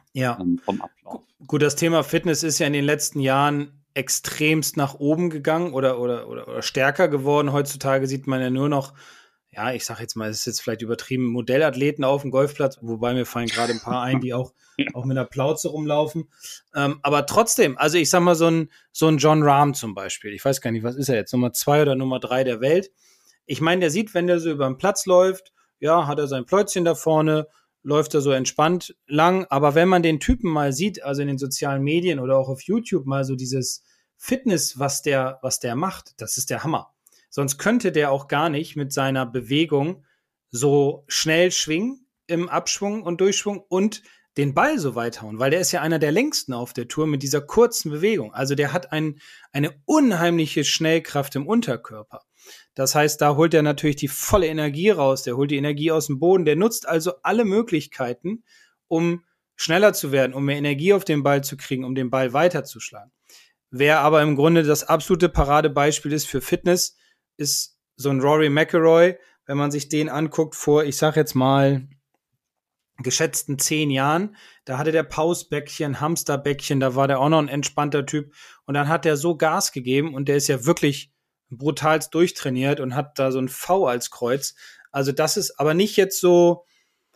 Ablauf. Gut, das Thema Fitness ist ja in den letzten Jahren extremst nach oben gegangen oder stärker geworden. Heutzutage sieht man ja nur noch, ja, ich sag jetzt mal, es ist jetzt vielleicht übertrieben, Modellathleten auf dem Golfplatz, wobei mir fallen gerade ein paar ein, die auch mit einer Plauze rumlaufen. Aber trotzdem, also ich sag mal, so ein Jon Rahm zum Beispiel, ich weiß gar nicht, was ist er jetzt, Nummer 2 oder Nummer 3 der Welt. Ich meine, der sieht, wenn der so über den Platz läuft, ja, hat er sein Pläuzchen da vorne, läuft er so entspannt lang, aber wenn man den Typen mal sieht, also in den sozialen Medien oder auch auf YouTube mal so dieses Fitness, was der macht, das ist der Hammer. Sonst könnte der auch gar nicht mit seiner Bewegung so schnell schwingen im Abschwung und Durchschwung und den Ball so weit hauen, weil der ist ja einer der längsten auf der Tour mit dieser kurzen Bewegung. Also der hat eine unheimliche Schnellkraft im Unterkörper. Das heißt, da holt er natürlich die volle Energie raus, der holt die Energie aus dem Boden, der nutzt also alle Möglichkeiten, um schneller zu werden, um mehr Energie auf den Ball zu kriegen, um den Ball weiterzuschlagen. Wer aber im Grunde das absolute Paradebeispiel ist für Fitness, ist so ein Rory McIlroy, wenn man sich den anguckt vor, ich sag jetzt mal, geschätzten 10 Jahren, da hatte der Pausbäckchen, Hamsterbäckchen, da war der auch noch ein entspannter Typ und dann hat der so Gas gegeben und der ist ja wirklich brutalst durchtrainiert und hat da so ein V als Kreuz. Also das ist aber nicht jetzt so,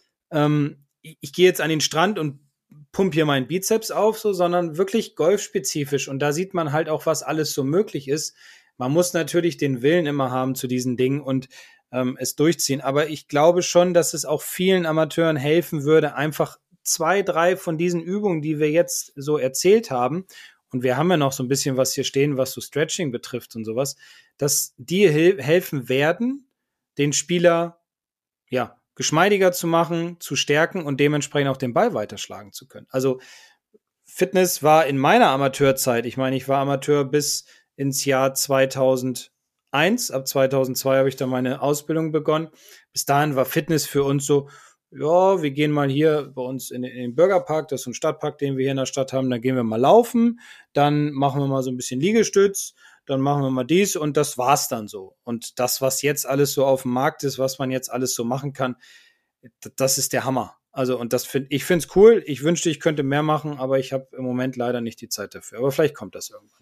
ich gehe jetzt an den Strand und pump hier meinen Bizeps auf, so, sondern wirklich golfspezifisch. Und da sieht man halt auch, was alles so möglich ist. Man muss natürlich den Willen immer haben zu diesen Dingen und es durchziehen. Aber ich glaube schon, dass es auch vielen Amateuren helfen würde, einfach 2, 3 von diesen Übungen, die wir jetzt so erzählt haben, und wir haben ja noch so ein bisschen was hier stehen, was so Stretching betrifft und sowas, dass die helfen werden, den Spieler ja geschmeidiger zu machen, zu stärken und dementsprechend auch den Ball weiterschlagen zu können. Also Fitness war in meiner Amateurzeit, ich meine, ich war Amateur bis ins Jahr 2001, ab 2002 habe ich dann meine Ausbildung begonnen. Bis dahin war Fitness für uns so, ja, wir gehen mal hier bei uns in den Bürgerpark, das ist so ein Stadtpark, den wir hier in der Stadt haben, dann gehen wir mal laufen, dann machen wir mal so ein bisschen Liegestütz, dann machen wir mal dies und das war's dann so. Und das, was jetzt alles so auf dem Markt ist, was man jetzt alles so machen kann, das ist der Hammer. Also, und ich finde es cool, ich wünschte, ich könnte mehr machen, aber ich habe im Moment leider nicht die Zeit dafür. Aber vielleicht kommt das irgendwann.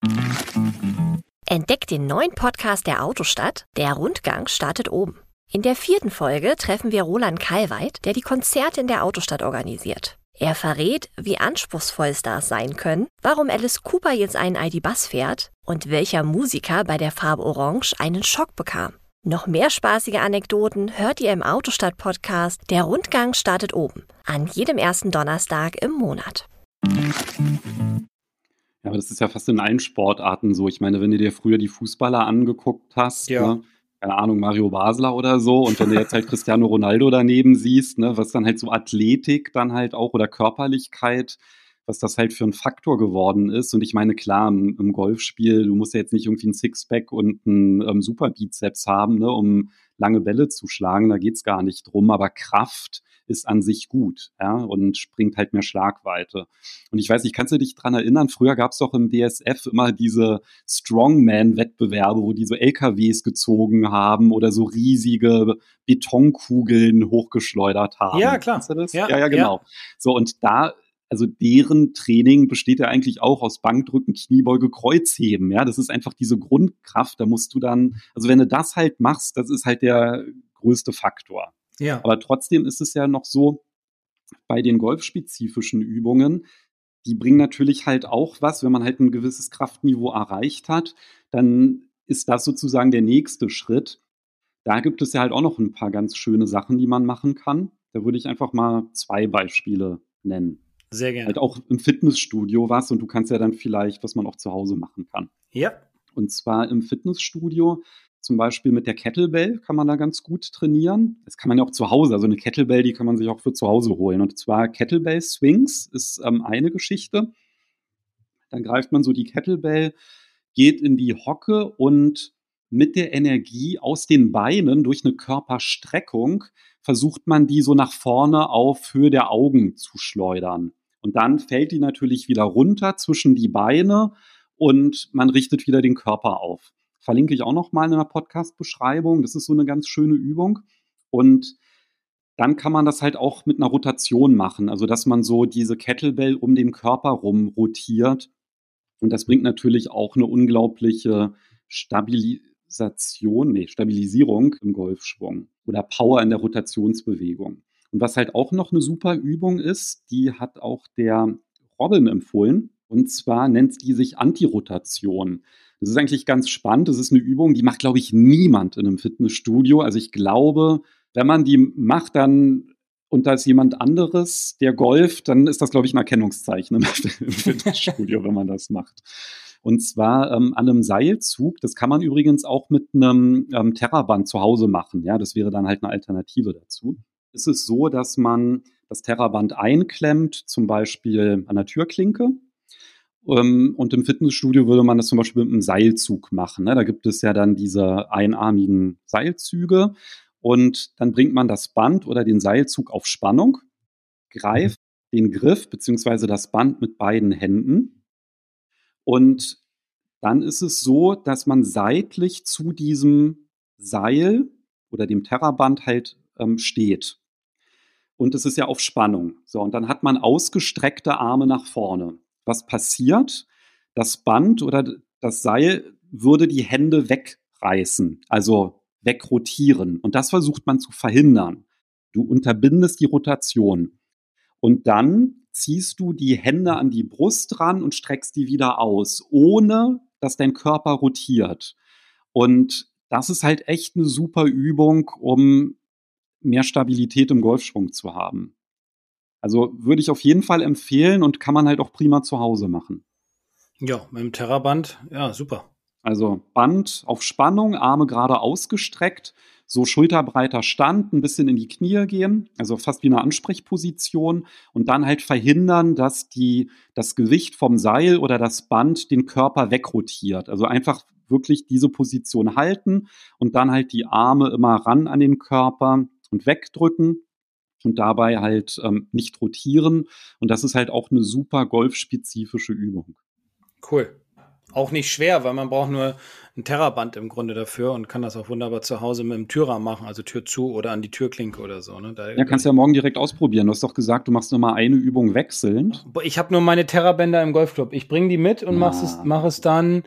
Entdeckt den neuen Podcast der Autostadt, der Rundgang startet oben. In der 4. Folge treffen wir Roland Kalweit, der die Konzerte in der Autostadt organisiert. Er verrät, wie anspruchsvoll Stars sein können, warum Alice Cooper jetzt einen ID.Buzz fährt und welcher Musiker bei der Farbe Orange einen Schock bekam. Noch mehr spaßige Anekdoten hört ihr im Autostadt-Podcast Der Rundgang startet oben, an jedem ersten Donnerstag im Monat. Ja, aber das ist ja fast in allen Sportarten so. Ich meine, wenn du dir früher die Fußballer angeguckt hast, ja. Ne, keine Ahnung, Mario Basler oder so, und wenn du jetzt halt Cristiano Ronaldo daneben siehst, ne, was dann halt so Athletik dann halt auch oder Körperlichkeit, was das halt für ein Faktor geworden ist. Und ich meine, klar, im Golfspiel, du musst ja jetzt nicht irgendwie ein Sixpack und einen Superbizeps haben, ne, um lange Bälle zu schlagen, da geht's gar nicht drum, aber Kraft ist an sich gut, ja, und bringt halt mehr Schlagweite. Und ich weiß nicht, kannst du dich dran erinnern, früher gab's doch im DSF immer diese Strongman-Wettbewerbe, wo die so LKWs gezogen haben oder so riesige Betonkugeln hochgeschleudert haben. Ja, klar. Kennst du das? Ja, Ja, genau. ja. So, und da, also deren Training besteht ja eigentlich auch aus Bankdrücken, Kniebeuge, Kreuzheben, ja, das ist einfach diese Grundkraft, da musst du dann, also wenn du das halt machst, das ist halt der größte Faktor. Ja. Aber trotzdem ist es ja noch so, bei den golfspezifischen Übungen, die bringen natürlich halt auch was, wenn man halt ein gewisses Kraftniveau erreicht hat, dann ist das sozusagen der nächste Schritt. Da gibt es ja halt auch noch ein paar ganz schöne Sachen, die man machen kann. Da würde ich einfach mal 2 Beispiele nennen. Sehr gerne. Halt auch im Fitnessstudio was, und du kannst ja dann vielleicht, was man auch zu Hause machen kann. Ja. Und zwar im Fitnessstudio zum Beispiel mit der Kettlebell kann man da ganz gut trainieren. Das kann man ja auch zu Hause, also eine Kettlebell, die kann man sich auch für zu Hause holen. Und zwar Kettlebell Swings ist eine Geschichte. Dann greift man so die Kettlebell, geht in die Hocke und mit der Energie aus den Beinen durch eine Körperstreckung versucht man die so nach vorne auf Höhe der Augen zu schleudern. Und dann fällt die natürlich wieder runter zwischen die Beine und man richtet wieder den Körper auf. Verlinke ich auch noch mal in der Podcast-Beschreibung. Das ist so eine ganz schöne Übung. Und dann kann man das halt auch mit einer Rotation machen. Also, dass man so diese Kettlebell um den Körper rum rotiert. Und das bringt natürlich auch eine unglaubliche Stabilisierung im Golfschwung oder Power in der Rotationsbewegung. Und was halt auch noch eine super Übung ist, die hat auch der Robin empfohlen. Und zwar nennt die sich Antirotation. Das ist eigentlich ganz spannend. Das ist eine Übung, die macht, glaube ich, niemand in einem Fitnessstudio. Also ich glaube, wenn man die macht, dann und da ist jemand anderes, der golft, dann ist das, glaube ich, ein Erkennungszeichen im Fitnessstudio, wenn man das macht. Und zwar an einem Seilzug. Das kann man übrigens auch mit einem Terraband zu Hause machen. Ja, das wäre dann halt eine Alternative dazu. Es ist so, dass man das Terraband einklemmt, zum Beispiel an der Türklinke. Und im Fitnessstudio würde man das zum Beispiel mit einem Seilzug machen. Ne? Da gibt es ja dann diese einarmigen Seilzüge. Und dann bringt man das Band oder den Seilzug auf Spannung, greift den Griff bzw. das Band mit beiden Händen. Und dann ist es so, dass man seitlich zu diesem Seil oder dem Terraband halt steht. Und es ist ja auf Spannung. So, und dann hat man ausgestreckte Arme nach vorne. Was passiert? Das Band oder das Seil würde die Hände wegreißen, also wegrotieren. Und das versucht man zu verhindern. Du unterbindest die Rotation. Und dann ziehst du die Hände an die Brust ran und streckst die wieder aus, ohne dass dein Körper rotiert. Und das ist halt echt eine super Übung, um mehr Stabilität im Golfschwung zu haben. Also würde ich auf jeden Fall empfehlen und kann man halt auch prima zu Hause machen. Ja, mit dem Terraband, ja, super. Also Band auf Spannung, Arme gerade ausgestreckt, so schulterbreiter Stand, ein bisschen in die Knie gehen, also fast wie eine Ansprechposition und dann halt verhindern, dass das Gewicht vom Seil oder das Band den Körper wegrotiert. Also einfach wirklich diese Position halten und dann halt die Arme immer ran an den Körper und wegdrücken und dabei halt nicht rotieren. Und das ist halt auch eine super golfspezifische Übung. Cool. Auch nicht schwer, weil man braucht nur ein Terraband im Grunde dafür und kann das auch wunderbar zu Hause mit dem Türrahmen machen, also Tür zu oder an die Türklinke oder so. Ne? Ja, kannst ja morgen direkt ausprobieren. Du hast doch gesagt, du machst nur mal eine Übung wechselnd. Ich habe nur meine Terrabänder im Golfclub. Ich bringe die mit und mach es dann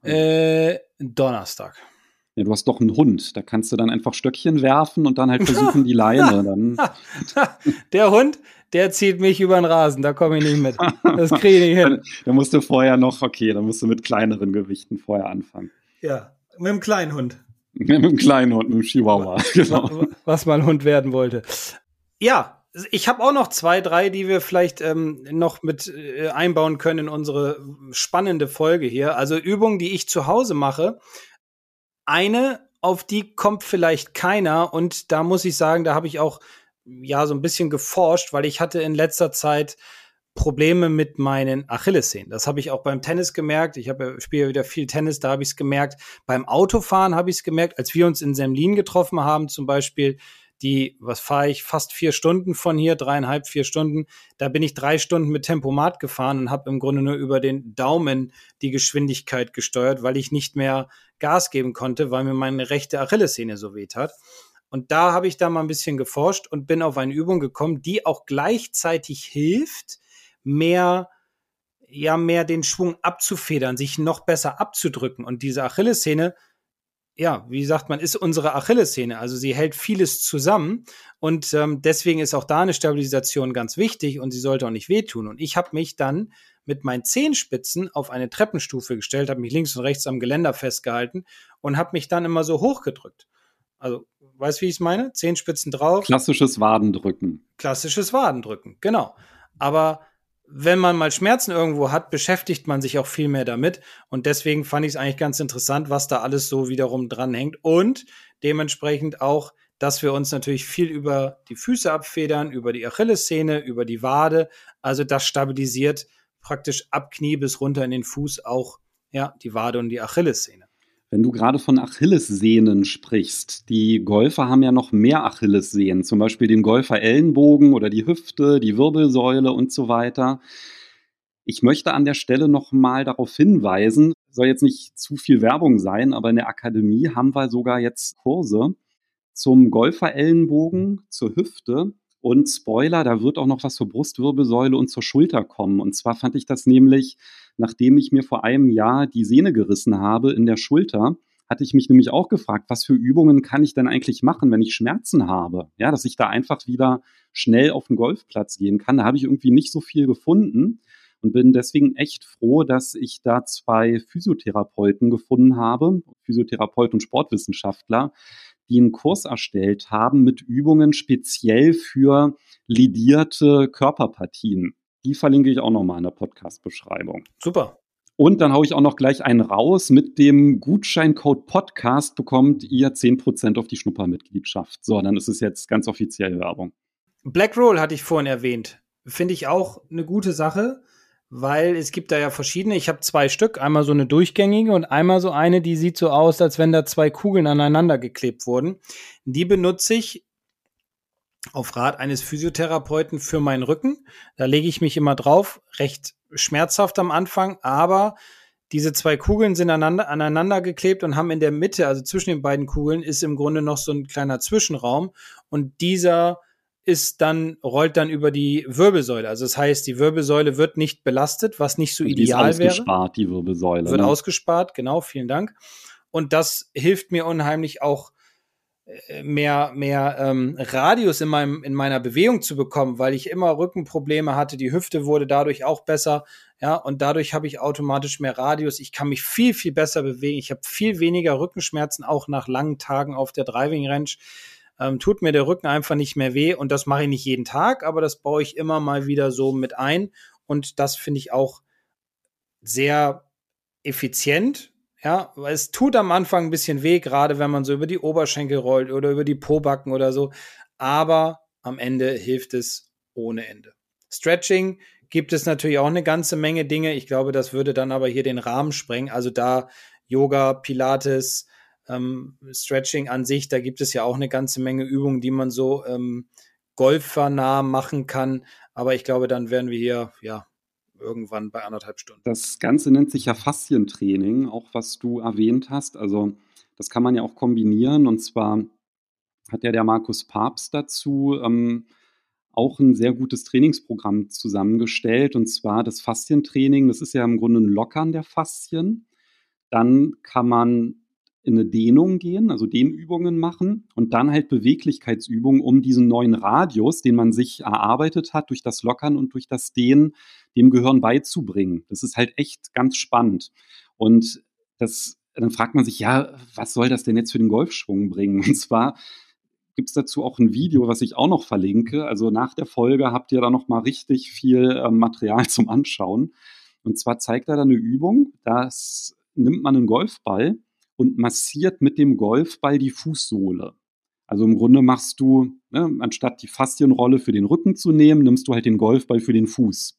Donnerstag. Ja, du hast doch einen Hund. Da kannst du dann einfach Stöckchen werfen und dann halt versuchen, die Leine. Dann Der Hund, der zieht mich über den Rasen. Da komme ich nicht mit. Das kriege ich nicht hin. Da musst du vorher dann musst du mit kleineren Gewichten vorher anfangen. Ja, mit dem kleinen Hund. Mit dem kleinen Hund, mit dem Chihuahua. Genau. Was mal Hund werden wollte. Ja, ich habe auch noch 2, 3, die wir vielleicht noch mit einbauen können in unsere spannende Folge hier. Also Übungen, die ich zu Hause mache. Eine, auf die kommt vielleicht keiner und da muss ich sagen, da habe ich auch ja so ein bisschen geforscht, weil ich hatte in letzter Zeit Probleme mit meinen Achillessehnen. Das habe ich auch beim Tennis gemerkt. Ich spiele ja wieder viel Tennis, da habe ich es gemerkt. Beim Autofahren habe ich es gemerkt, als wir uns in Semlin getroffen haben, zum Beispiel was fahre ich, fast 4 Stunden von hier, 3,5, 4 Stunden. Da bin ich 3 Stunden mit Tempomat gefahren und habe im Grunde nur über den Daumen die Geschwindigkeit gesteuert, weil ich nicht mehr Gas geben konnte, weil mir meine rechte Achillessehne so weht hat. Und da habe ich da mal ein bisschen geforscht und bin auf eine Übung gekommen, die auch gleichzeitig hilft, mehr den Schwung abzufedern, sich noch besser abzudrücken. Und diese Achillessehne, ja, wie sagt man, ist unsere Achillessehne. Also sie hält vieles zusammen und deswegen ist auch da eine Stabilisation ganz wichtig und sie sollte auch nicht wehtun. Und ich habe mich dann mit meinen Zehenspitzen auf eine Treppenstufe gestellt, habe mich links und rechts am Geländer festgehalten und habe mich dann immer so hochgedrückt. Also, weißt du, wie ich es meine? Zehenspitzen drauf. Klassisches Wadendrücken. Klassisches Wadendrücken, genau. Aber wenn man mal Schmerzen irgendwo hat, beschäftigt man sich auch viel mehr damit. Und deswegen fand ich es eigentlich ganz interessant, was da alles so wiederum dranhängt. Und dementsprechend auch, dass wir uns natürlich viel über die Füße abfedern, über die Achillessehne, über die Wade. Also das stabilisiert praktisch ab Knie bis runter in den Fuß auch die Wade und die Achillessehne. Wenn du gerade von Achillessehnen sprichst, die Golfer haben ja noch mehr Achillessehnen, zum Beispiel den Golfer-Ellenbogen oder die Hüfte, die Wirbelsäule und so weiter. Ich möchte an der Stelle noch mal darauf hinweisen, soll jetzt nicht zu viel Werbung sein, aber in der Akademie haben wir sogar jetzt Kurse zum Golfer-Ellenbogen, zur Hüfte und Spoiler, da wird auch noch was zur Brustwirbelsäule und zur Schulter kommen. Und zwar fand ich das nämlich, nachdem ich mir vor einem Jahr die Sehne gerissen habe in der Schulter, hatte ich mich nämlich auch gefragt, was für Übungen kann ich denn eigentlich machen, wenn ich Schmerzen habe? Ja, dass ich da einfach wieder schnell auf den Golfplatz gehen kann. Da habe ich irgendwie nicht so viel gefunden und bin deswegen echt froh, dass ich da 2 Physiotherapeuten gefunden habe, Physiotherapeut und Sportwissenschaftler, die einen Kurs erstellt haben mit Übungen speziell für ledierte Körperpartien. Die verlinke ich auch nochmal in der Podcast-Beschreibung. Super. Und dann haue ich auch noch gleich einen raus. Mit dem Gutscheincode Podcast bekommt ihr 10% auf die Schnuppermitgliedschaft. So, dann ist es jetzt ganz offiziell Werbung. Black Roll hatte ich vorhin erwähnt. Finde ich auch eine gute Sache, weil es gibt da ja verschiedene. Ich habe 2 Stück. Einmal so eine durchgängige und einmal so eine, die sieht so aus, als wenn da 2 Kugeln aneinander geklebt wurden. Die benutze ich auf Rat eines Physiotherapeuten für meinen Rücken. Da lege ich mich immer drauf. Recht schmerzhaft am Anfang, aber diese 2 Kugeln sind aneinander geklebt und haben in der Mitte, also zwischen den beiden Kugeln, ist im Grunde noch so ein kleiner Zwischenraum und dieser rollt dann über die Wirbelsäule. Also das heißt, die Wirbelsäule wird nicht belastet, was nicht so ideal wäre. Die ist ausgespart, die Wirbelsäule. Wird ausgespart, genau, vielen Dank. Und das hilft mir unheimlich auch mehr Radius in meiner Bewegung zu bekommen, weil ich immer Rückenprobleme hatte. Die Hüfte wurde dadurch auch besser, ja, und dadurch habe ich automatisch mehr Radius. Ich kann mich viel, viel besser bewegen. Ich habe viel weniger Rückenschmerzen, auch nach langen Tagen auf der Driving Range. Tut mir der Rücken einfach nicht mehr weh und das mache ich nicht jeden Tag, aber das baue ich immer mal wieder so mit ein und das finde ich auch sehr effizient, ja, weil es tut am Anfang ein bisschen weh, gerade wenn man so über die Oberschenkel rollt oder über die Pobacken oder so, aber am Ende hilft es ohne Ende. Stretching gibt es natürlich auch eine ganze Menge Dinge, ich glaube, das würde dann aber hier den Rahmen sprengen, also da Yoga, Pilates, Stretching an sich, da gibt es ja auch eine ganze Menge Übungen, die man so golfernah machen kann. Aber ich glaube, dann wären wir hier irgendwann bei 1,5 Stunden. Das Ganze nennt sich ja Faszientraining, auch was du erwähnt hast. Also das kann man ja auch kombinieren. Und zwar hat ja der Markus Papst dazu auch ein sehr gutes Trainingsprogramm zusammengestellt. Und zwar das Faszientraining, das ist ja im Grunde ein Lockern der Faszien. Dann kann man in eine Dehnung gehen, also Dehnübungen machen und dann halt Beweglichkeitsübungen, um diesen neuen Radius, den man sich erarbeitet hat, durch das Lockern und durch das Dehnen, dem Gehirn beizubringen. Das ist halt echt ganz spannend. Und dann fragt man sich, ja, was soll das denn jetzt für den Golfschwung bringen? Und zwar gibt es dazu auch ein Video, was ich auch noch verlinke. Also nach der Folge habt ihr da noch mal richtig viel Material zum Anschauen. Und zwar zeigt er da eine Übung, das nimmt man einen Golfball und massiert mit dem Golfball die Fußsohle. Also im Grunde machst du, anstatt die Faszienrolle für den Rücken zu nehmen, nimmst du halt den Golfball für den Fuß.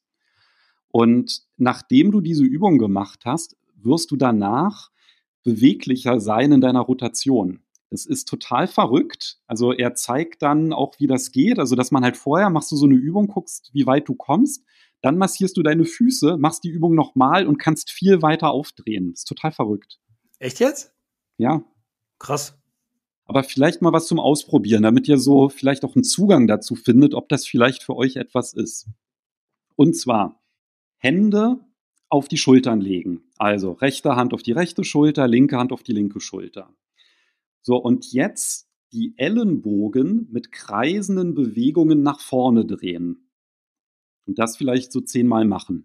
Und nachdem du diese Übung gemacht hast, wirst du danach beweglicher sein in deiner Rotation. Das ist total verrückt. Also er zeigt dann auch, wie das geht. Also dass man halt vorher machst du so eine Übung, guckst, wie weit du kommst, dann massierst du deine Füße, machst die Übung nochmal und kannst viel weiter aufdrehen. Das ist total verrückt. Echt jetzt? Ja. Krass. Aber vielleicht mal was zum Ausprobieren, damit ihr so vielleicht auch einen Zugang dazu findet, ob das vielleicht für euch etwas ist. Und zwar Hände auf die Schultern legen. Also rechte Hand auf die rechte Schulter, linke Hand auf die linke Schulter. So, und jetzt die Ellenbogen mit kreisenden Bewegungen nach vorne drehen. Und das vielleicht so 10-mal machen.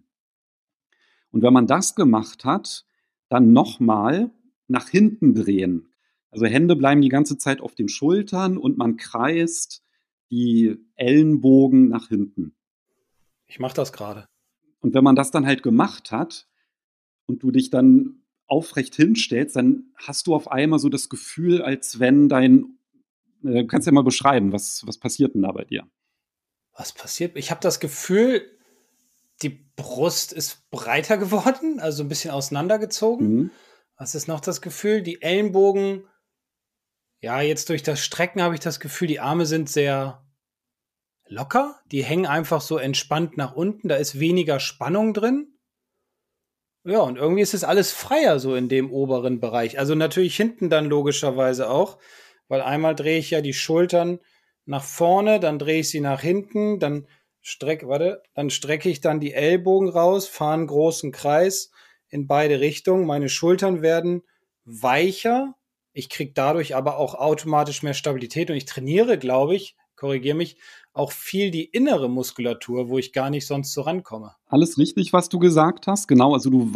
Und wenn man das gemacht hat, dann nochmal nach hinten drehen. Also Hände bleiben die ganze Zeit auf den Schultern und man kreist die Ellenbogen nach hinten. Ich mache das gerade. Und wenn man das dann halt gemacht hat und du dich dann aufrecht hinstellst, dann hast du auf einmal so das Gefühl, als wenn du kannst ja mal beschreiben, was passiert denn da bei dir? Was passiert? Ich habe das Gefühl, die Brust ist breiter geworden, also ein bisschen auseinandergezogen. Mhm. Was ist noch das Gefühl? Die Ellenbogen, ja, jetzt durch das Strecken habe ich das Gefühl, die Arme sind sehr locker. Die hängen einfach so entspannt nach unten. Da ist weniger Spannung drin. Ja, und irgendwie ist es alles freier so in dem oberen Bereich. Also natürlich hinten dann logischerweise auch, weil einmal drehe ich ja die Schultern nach vorne, dann drehe ich sie nach hinten, dann strecke ich dann die Ellbogen raus, fahre einen großen Kreis in beide Richtungen. Meine Schultern werden weicher. Ich kriege dadurch aber auch automatisch mehr Stabilität und ich trainiere, glaube ich, korrigiere mich, auch viel die innere Muskulatur, wo ich gar nicht sonst so rankomme. Alles richtig, was du gesagt hast. Genau, also du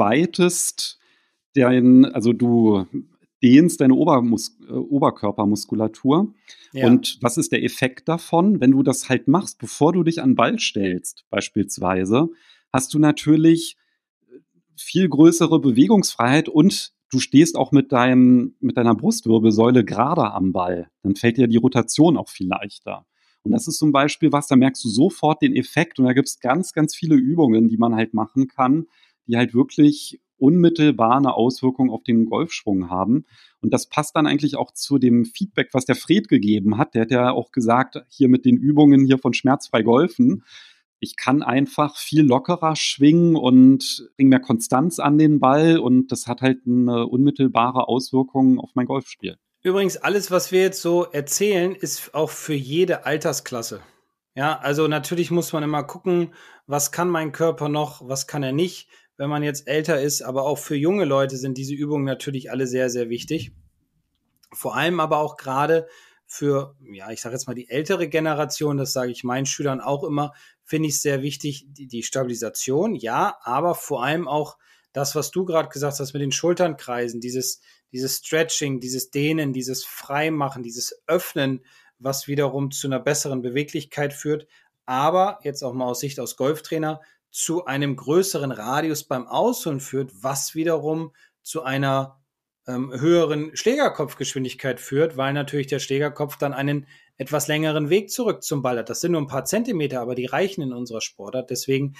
du dehnst deine Oberkörpermuskulatur. Ja. Und was ist der Effekt davon? Wenn du das halt machst, bevor du dich an den Ball stellst, beispielsweise, hast du natürlich viel größere Bewegungsfreiheit und du stehst auch mit deiner Brustwirbelsäule gerade am Ball. Dann fällt dir die Rotation auch viel leichter. Und das ist zum Beispiel was, da merkst du sofort den Effekt. Und da gibt es ganz, ganz viele Übungen, die man halt machen kann, die halt wirklich unmittelbar eine Auswirkung auf den Golfschwung haben. Und das passt dann eigentlich auch zu dem Feedback, was der Fred gegeben hat. Der hat ja auch gesagt, hier mit den Übungen hier von Schmerzfrei Golfen, ich kann einfach viel lockerer schwingen und bringe mehr Konstanz an den Ball. Und das hat halt eine unmittelbare Auswirkung auf mein Golfspiel. Übrigens, alles, was wir jetzt so erzählen, ist auch für jede Altersklasse. Ja, also natürlich muss man immer gucken, was kann mein Körper noch, was kann er nicht, wenn man jetzt älter ist. Aber auch für junge Leute sind diese Übungen natürlich alle sehr, sehr wichtig. Vor allem aber auch gerade für, ja, ich sage jetzt mal die ältere Generation, das sage ich meinen Schülern auch immer, finde ich sehr wichtig, die Stabilisation, ja, aber vor allem auch das, was du gerade gesagt hast mit den Schulternkreisen, dieses Stretching, dieses Dehnen, dieses Freimachen, dieses Öffnen, was wiederum zu einer besseren Beweglichkeit führt, aber jetzt auch mal aus Sicht als Golftrainer zu einem größeren Radius beim Ausholen führt, was wiederum zu einer höheren Schlägerkopfgeschwindigkeit führt, weil natürlich der Schlägerkopf dann einen etwas längeren Weg zurück zum Ball hat. Das sind nur ein paar Zentimeter, aber die reichen in unserer Sportart. Deswegen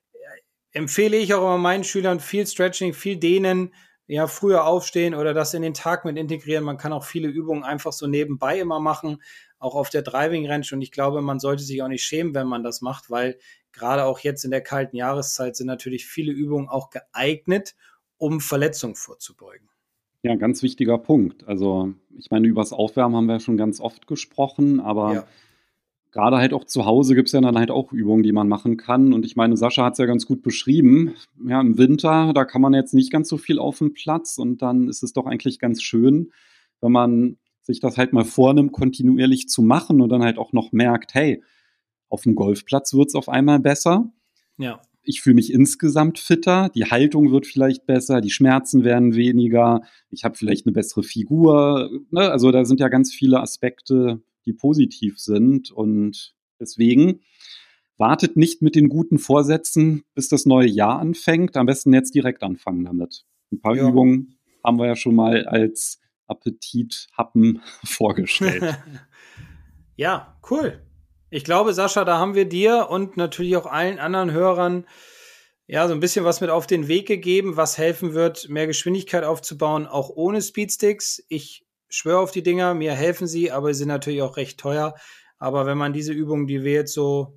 empfehle ich auch immer meinen Schülern viel Stretching, viel Dehnen, ja, früher aufstehen oder das in den Tag mit integrieren. Man kann auch viele Übungen einfach so nebenbei immer machen, auch auf der Driving Range. Und ich glaube, man sollte sich auch nicht schämen, wenn man das macht, weil gerade auch jetzt in der kalten Jahreszeit sind natürlich viele Übungen auch geeignet, um Verletzungen vorzubeugen. Ja, ganz wichtiger Punkt. Also ich meine, über das Aufwärmen haben wir ja schon ganz oft gesprochen, aber Ja. gerade halt auch zu Hause gibt es ja dann halt auch Übungen, die man machen kann. Und ich meine, Sascha hat es ja ganz gut beschrieben. Ja, im Winter, da kann man jetzt nicht ganz so viel auf dem Platz. Und dann ist es doch eigentlich ganz schön, wenn man sich das halt mal vornimmt, kontinuierlich zu machen und dann halt auch noch merkt, hey, auf dem Golfplatz wird es auf einmal besser. Ja. Ich fühle mich insgesamt fitter, die Haltung wird vielleicht besser, die Schmerzen werden weniger, ich habe vielleicht eine bessere Figur. Ne? Also da sind ja ganz viele Aspekte, die positiv sind. Und deswegen wartet nicht mit den guten Vorsätzen, bis das neue Jahr anfängt. Am besten jetzt direkt anfangen damit. Ein paar Übungen haben wir ja schon mal als Appetithappen vorgestellt. Ja, cool. Ich glaube, Sascha, da haben wir dir und natürlich auch allen anderen Hörern ja so ein bisschen was mit auf den Weg gegeben, was helfen wird, mehr Geschwindigkeit aufzubauen, auch ohne Speedsticks. Ich schwöre auf die Dinger, mir helfen sie, aber sie sind natürlich auch recht teuer. Aber wenn man diese Übungen, die wir jetzt so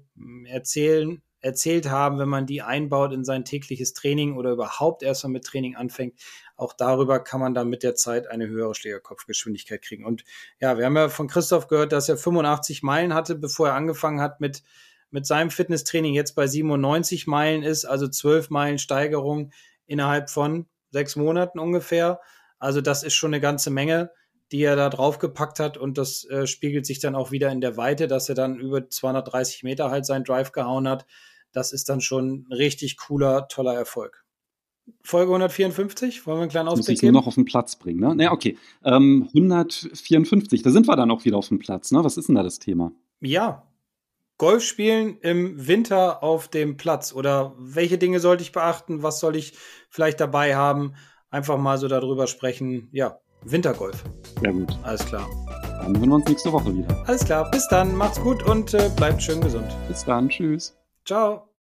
erzählt haben, wenn man die einbaut in sein tägliches Training oder überhaupt erstmal mit Training anfängt, auch darüber kann man dann mit der Zeit eine höhere Schlägerkopfgeschwindigkeit kriegen. Und ja, wir haben ja von Christoph gehört, dass er 85 Meilen hatte, bevor er angefangen hat mit seinem Fitnesstraining, jetzt bei 97 Meilen ist, also 12 Meilen Steigerung innerhalb von 6 Monaten ungefähr. Also das ist schon eine ganze Menge, die er da draufgepackt hat, und das spiegelt sich dann auch wieder in der Weite, dass er dann über 230 Meter halt seinen Drive gehauen hat. Das ist dann schon ein richtig cooler, toller Erfolg. Folge 154, wollen wir einen kleinen Ausblick geben? Muss ich nur noch auf den Platz bringen, ne? Ne, okay. 154, da sind wir dann auch wieder auf dem Platz, ne? Was ist denn da das Thema? Ja, Golf spielen im Winter auf dem Platz? Oder welche Dinge sollte ich beachten? Was soll ich vielleicht dabei haben? Einfach mal so darüber sprechen. Ja, Wintergolf. Sehr gut. Alles klar. Dann hören wir uns nächste Woche wieder. Alles klar. Bis dann. Macht's gut und bleibt schön gesund. Bis dann. Tschüss. Ciao.